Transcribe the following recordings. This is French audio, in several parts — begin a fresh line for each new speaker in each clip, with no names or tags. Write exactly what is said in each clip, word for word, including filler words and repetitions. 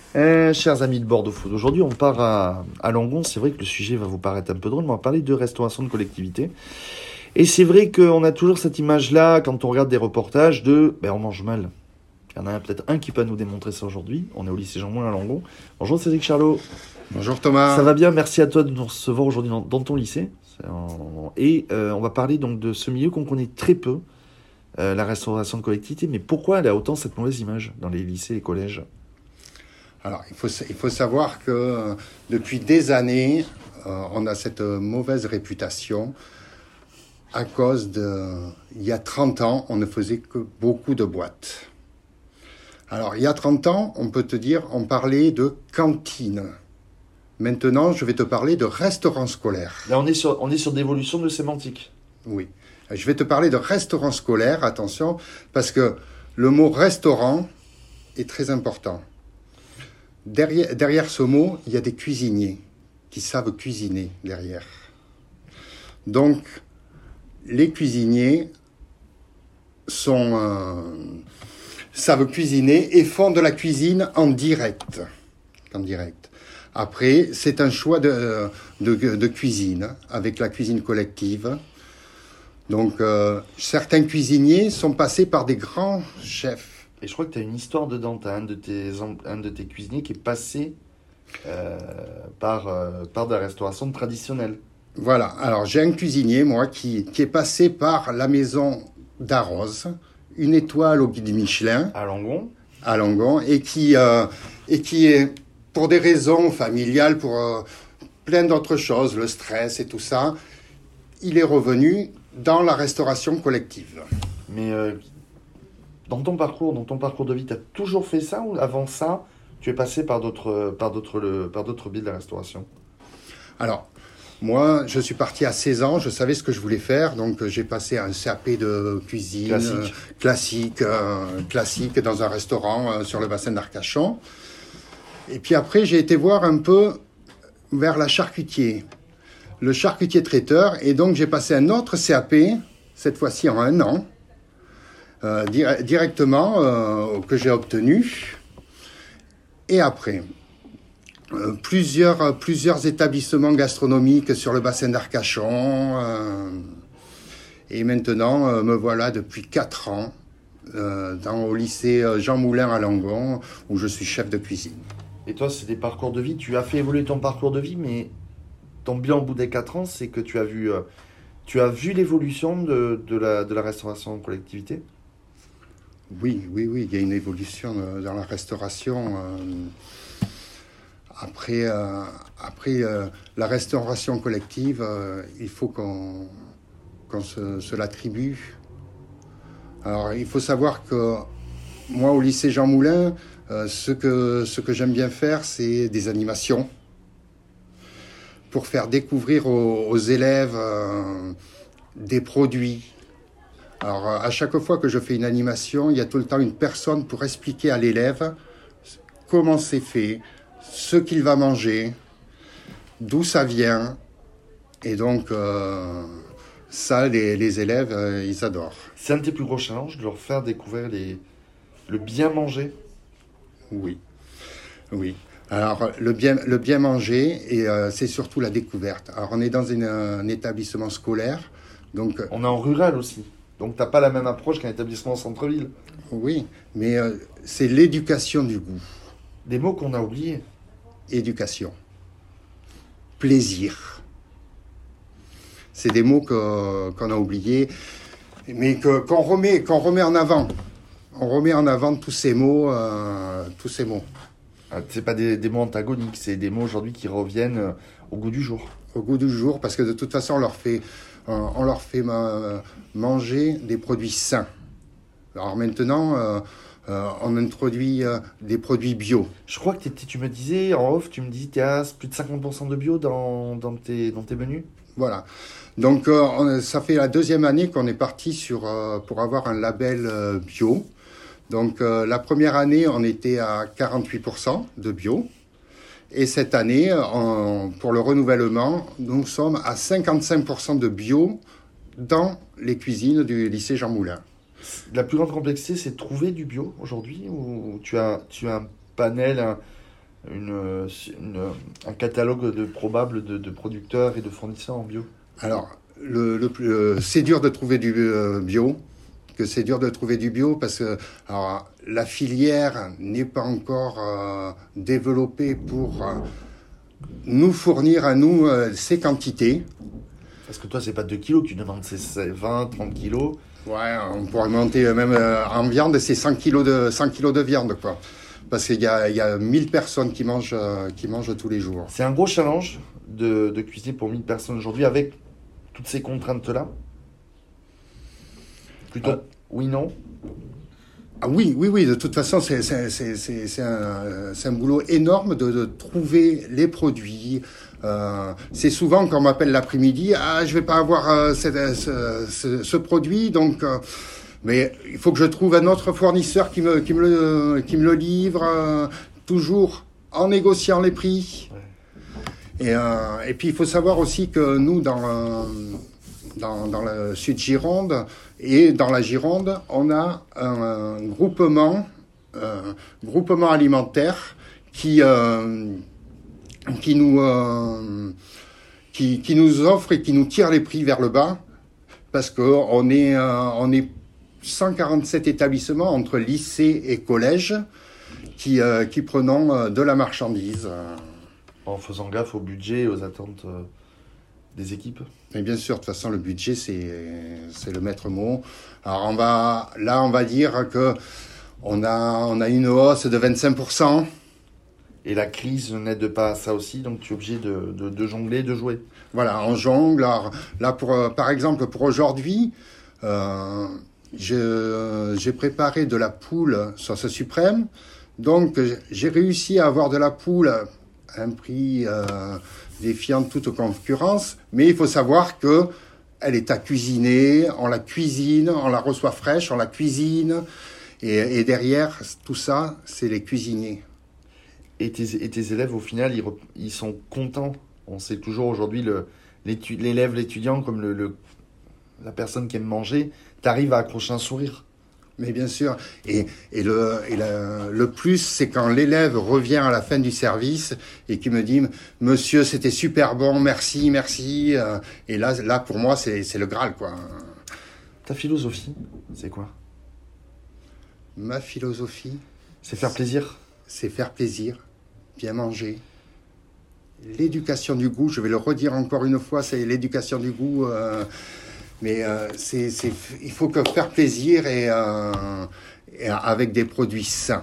Euh, chers amis de Bordeaux Food, aujourd'hui on part à, à Langon. C'est vrai que le sujet va vous paraître un peu drôle, mais on va parler de restauration de collectivité. Et c'est vrai qu'on a toujours cette image-là quand on regarde des reportages de ben, on mange mal. Il y en a peut-être un qui peut nous démontrer ça aujourd'hui. On est au lycée Jean-Moulin à Langon. Bonjour Cédric Charlot.
Bonjour Thomas.
Ça va bien, merci à toi de nous recevoir aujourd'hui dans, dans ton lycée. En... Et euh, on va parler donc de ce milieu qu'on connaît très peu, euh, la restauration de collectivité. Mais pourquoi elle a autant cette mauvaise image dans les lycées et collèges ?
Alors, il faut, il faut savoir que euh, depuis des années, euh, on a cette euh, mauvaise réputation à cause de... Il y a trente ans, on ne faisait que beaucoup de boîtes. Alors, il y a trente ans, on peut te dire, on parlait de cantine. Maintenant, je vais te parler de restaurant scolaire.
Là, on est sur, on est sur d'évolution de sémantique.
Oui. Je vais te parler de restaurant scolaire, attention, parce que le mot restaurant est très important. Derrière, derrière ce mot, il y a des cuisiniers qui savent cuisiner derrière. Donc, les cuisiniers sont, euh, savent cuisiner et font de la cuisine en direct. En direct. Après, c'est un choix de, de, de cuisine avec la cuisine collective. Donc, euh, certains cuisiniers sont passés par des grands chefs.
Et je crois que tu as une histoire dedans. Tu as un de tes, un de tes cuisiniers qui est passé euh, par, euh, par de la restauration traditionnelle.
Voilà. Alors, j'ai un cuisinier, moi, qui, qui est passé par la maison d'Arros, une étoile au guide Michelin.
À Langon.
À Langon. Et qui, euh, et qui est, pour des raisons familiales, pour euh, plein d'autres choses, le stress et tout ça, il est revenu dans la restauration collective.
Mais... Euh... Dans ton parcours, dans ton parcours de vie, tu as toujours fait ça ou avant ça, tu es passé par d'autres, par d'autres, par d'autres biais de la restauration ?
Alors, moi, je suis parti à seize ans, je savais ce que je voulais faire, donc j'ai passé un C A P de cuisine
classique,
euh, classique, euh, classique dans un restaurant euh, sur le bassin d'Arcachon. Et puis après, j'ai été voir un peu vers la charcutier, le charcutier traiteur, et donc j'ai passé un autre C A P, cette fois-ci en un an. Euh, dire, directement euh, que j'ai obtenu. Et après, euh, plusieurs, plusieurs établissements gastronomiques sur le bassin d'Arcachon. Euh, et maintenant, euh, me voilà depuis quatre ans euh, dans, au lycée Jean Moulin à Langon, où je suis chef de cuisine.
Et toi, c'est des parcours de vie. Tu as fait évoluer ton parcours de vie, mais ton bilan au bout des quatre ans, c'est que tu as vu, euh, tu as vu l'évolution de, de, la, de la restauration en collectivité ?
Oui, oui, oui, il y a une évolution dans la restauration. Après, euh, après euh, la restauration collective, euh, il faut qu'on, qu'on se, se l'attribue. Alors, il faut savoir que moi, au lycée Jean Moulin, euh, ce que, ce que j'aime bien faire, c'est des animations pour faire découvrir aux, aux élèves euh, des produits. Alors, à chaque fois que je fais une animation, il y a tout le temps une personne pour expliquer à l'élève comment c'est fait, ce qu'il va manger, d'où ça vient. Et donc, euh, ça, les, les élèves, euh, ils adorent.
C'est un de tes plus gros challenges, de leur faire découvrir les... le bien manger ?
Oui, oui. Alors, le bien, le bien manger, et euh, c'est surtout la découverte. Alors, on est dans une, un établissement scolaire, donc...
On est en rural aussi. Donc, tu n'as pas la même approche qu'un établissement en centre-ville.
Oui, mais euh, c'est l'éducation du goût.
Des mots qu'on a oubliés.
Éducation. Plaisir. C'est des mots que, qu'on a oubliés, mais que, qu'on, remet, qu'on remet en avant. On remet en avant tous ces mots. Euh, tous ces mots.
Ah, c'est pas des, des mots antagoniques, c'est des mots aujourd'hui qui reviennent euh, au goût du jour.
Au goût du jour, parce que de toute façon, on leur fait... on leur fait manger des produits sains. Alors maintenant, euh, euh, on introduit euh, des produits bio.
Je crois que tu me disais, en off, tu me dis que tu as plus de cinquante pour cent de bio dans, dans, tes, dans tes menus.
Voilà. Donc, euh, on, ça fait la deuxième année qu'on est parti sur, euh, pour avoir un label euh, bio. Donc, euh, la première année, on était à quarante-huit pour cent de bio. Et cette année, en, pour le renouvellement, nous sommes à cinquante-cinq pour cent de bio dans les cuisines du lycée Jean Moulin.
La plus grande complexité, c'est de trouver du bio aujourd'hui, ou tu as, tu as un panel, un, une, une, un catalogue de probables de, de producteurs et de fournisseurs en bio?
Alors, le, le, le, c'est dur de trouver du euh, bio, que c'est dur de trouver du bio parce que alors, la filière n'est pas encore euh, développée pour euh, nous fournir à nous euh, ces quantités.
Parce que toi, c'est pas deux kilos que tu demandes, c'est vingt, trente kilos.
Ouais, on pourrait monter même euh, en viande, c'est cent kilos de, cent kilos de viande, quoi. Parce qu'il y a, il y a mille personnes qui mangent, euh, qui mangent tous les jours.
C'est un gros challenge de, de cuisiner pour mille personnes aujourd'hui avec toutes ces contraintes-là. Plutôt, ah. oui, non?
Ah oui, oui, oui, de toute façon, c'est, c'est, c'est, c'est, c'est, un, c'est un boulot énorme de, de trouver les produits. Euh, c'est souvent quand on m'appelle l'après-midi, ah, je vais pas avoir euh, ce, ce, ce, ce produit, donc... Euh, mais il faut que je trouve un autre fournisseur qui me, qui me, le, qui me le livre, euh, toujours en négociant les prix. Ouais. Et, euh, et puis il faut savoir aussi que nous, dans, euh, dans, dans le sud Gironde et dans la Gironde, on a un, un groupement, euh, groupement alimentaire qui, euh, qui, nous, euh, qui, qui nous offre et qui nous tire les prix vers le bas, parce qu'on est, euh, on est cent quarante-sept établissements entre lycées et collèges qui, euh, qui prenons euh, de la marchandise.
En faisant gaffe au budget et aux attentes euh, des équipes.
Et bien sûr, de toute façon, le budget, c'est, c'est le maître mot. Alors, on va, là, on va dire que on a, on a une hausse de vingt-cinq pour cent.
Et la crise n'aide pas à ça aussi, donc tu es obligé de, de, de jongler, de jouer.
Voilà, on jongle. Alors, là, pour, par exemple, pour aujourd'hui, euh, Je, j'ai préparé de la poule sauce suprême, donc j'ai réussi à avoir de la poule à un prix euh, défiant toute concurrence, mais il faut savoir que elle est à cuisiner, on la cuisine, on la reçoit fraîche, on la cuisine, et, et derrière tout ça, c'est les cuisiniers.
Et tes, et tes élèves, au final, ils, ils sont contents. On sait toujours aujourd'hui, le, l'élève, l'étudiant, comme le, le, la personne qui aime manger, t'arrives à accrocher un sourire.
Mais bien sûr. Et, et, le, et le, le plus, c'est quand l'élève revient à la fin du service et qui me dit « Monsieur, c'était super bon, merci, merci. » Et là, là pour moi, c'est, c'est le Graal, quoi.
Ta philosophie, c'est quoi?
Ma philosophie...
C'est faire plaisir.
C'est faire plaisir, bien manger. L'éducation du goût, je vais le redire encore une fois, c'est l'éducation du goût... Euh, Mais euh, c'est, c'est, il faut que faire plaisir et, euh, et avec des produits sains.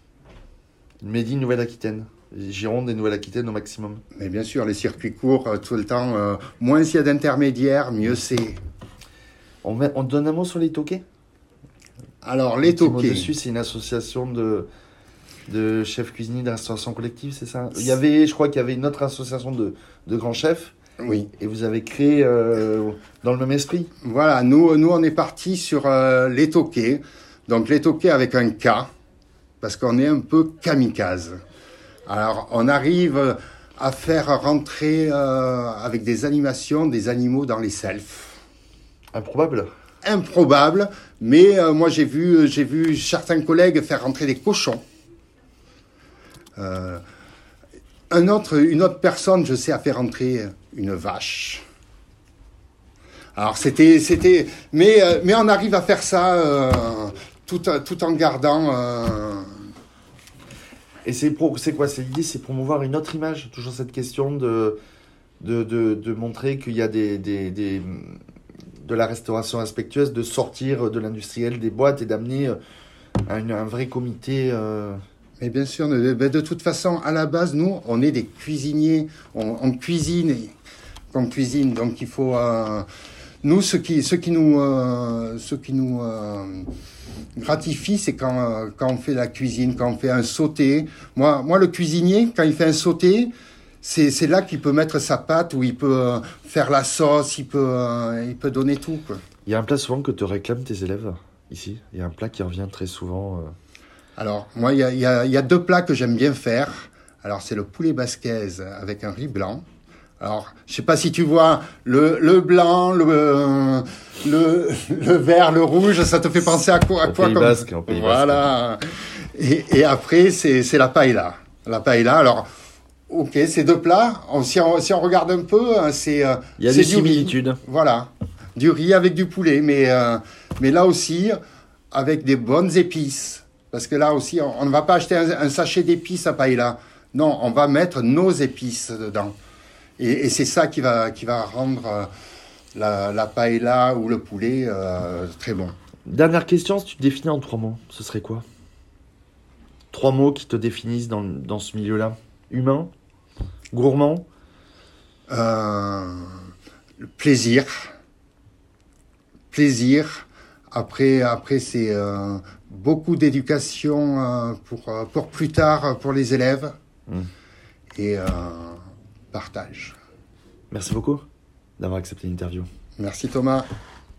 Made in Nouvelle-Aquitaine. Gironde et Nouvelle-Aquitaine au maximum.
Mais bien sûr, les circuits courts, euh, tout le temps. Euh, moins il y a d'intermédiaires, mieux c'est.
On, met, on donne un mot sur les toquets?
Alors, les toquets.
Dessus, c'est une association de, de chefs cuisiniers de restauration collective, c'est ça? Il y avait, je crois qu'il y avait une autre association de, de grands chefs.
Oui.
Et vous avez créé euh, dans le même esprit?
Voilà, nous, nous on est parti sur euh, les toquets. Donc les toquets avec un K, parce qu'on est un peu kamikaze. Alors on arrive à faire rentrer euh, avec des animations des animaux dans les selfs.
Improbable.
Improbable, mais euh, moi j'ai vu, j'ai vu certains collègues faire rentrer des cochons. Euh, un autre, une autre personne, je sais, a fait rentrer une vache. Alors c'était, c'était, mais euh, mais on arrive à faire ça euh, tout tout en gardant. Euh...
Et c'est pour, c'est quoi, c'est l'idée, c'est promouvoir une autre image. Toujours cette question de de de, de montrer qu'il y a des, des des de la restauration respectueuse, de sortir de l'industriel, des boîtes et d'amener un, un vrai comité. Euh...
Mais bien sûr, de, de toute façon, à la base, nous, on est des cuisiniers, on, on cuisine, on cuisine, donc il faut... Euh, nous, ce qui, ce qui nous, euh, ce qui nous euh, gratifie, c'est quand, euh, quand on fait la cuisine, quand on fait un sauté. Moi, moi le cuisinier, quand il fait un sauté, c'est, c'est là qu'il peut mettre sa pâte, où il peut euh, faire la sauce, il peut, euh, il peut donner tout, quoi.
Il y a un plat souvent que te réclament tes élèves, ici. Il y a un plat qui revient très souvent... Euh...
Alors, moi, il y a, y, a, y a deux plats que j'aime bien faire. Alors, c'est le poulet basquez avec un riz blanc. Alors, je sais pas si tu vois le, le blanc, le, le, le vert, le rouge, ça te fait penser à quoi, à
au
quoi
Pays
comme...
Basque, au Pays
Voilà. Et, et après, c'est, c'est la paella. La paella, alors, ok, ces deux plats, on- si, on, si on regarde un peu, hein, c'est... euh,
Il y a
c'est
des
du riz.
similitudes.
Voilà, du riz avec du poulet, mais, euh, mais là aussi, avec des bonnes épices. Parce que là aussi, on on ne va pas acheter un, un sachet d'épices à paella. Non, on va mettre nos épices dedans. Et, et c'est ça qui va, qui va rendre euh, la, la paella ou le poulet euh, très bon.
Dernière question, si tu te définis en trois mots, ce serait quoi? Trois mots qui te définissent dans, dans ce milieu-là. Humain, gourmand,
Euh, plaisir. Plaisir. Après, après c'est euh, beaucoup d'éducation euh, pour, euh, pour plus tard, pour les élèves.
Mm.
Et euh, partage.
Merci beaucoup d'avoir accepté l'interview.
Merci Thomas.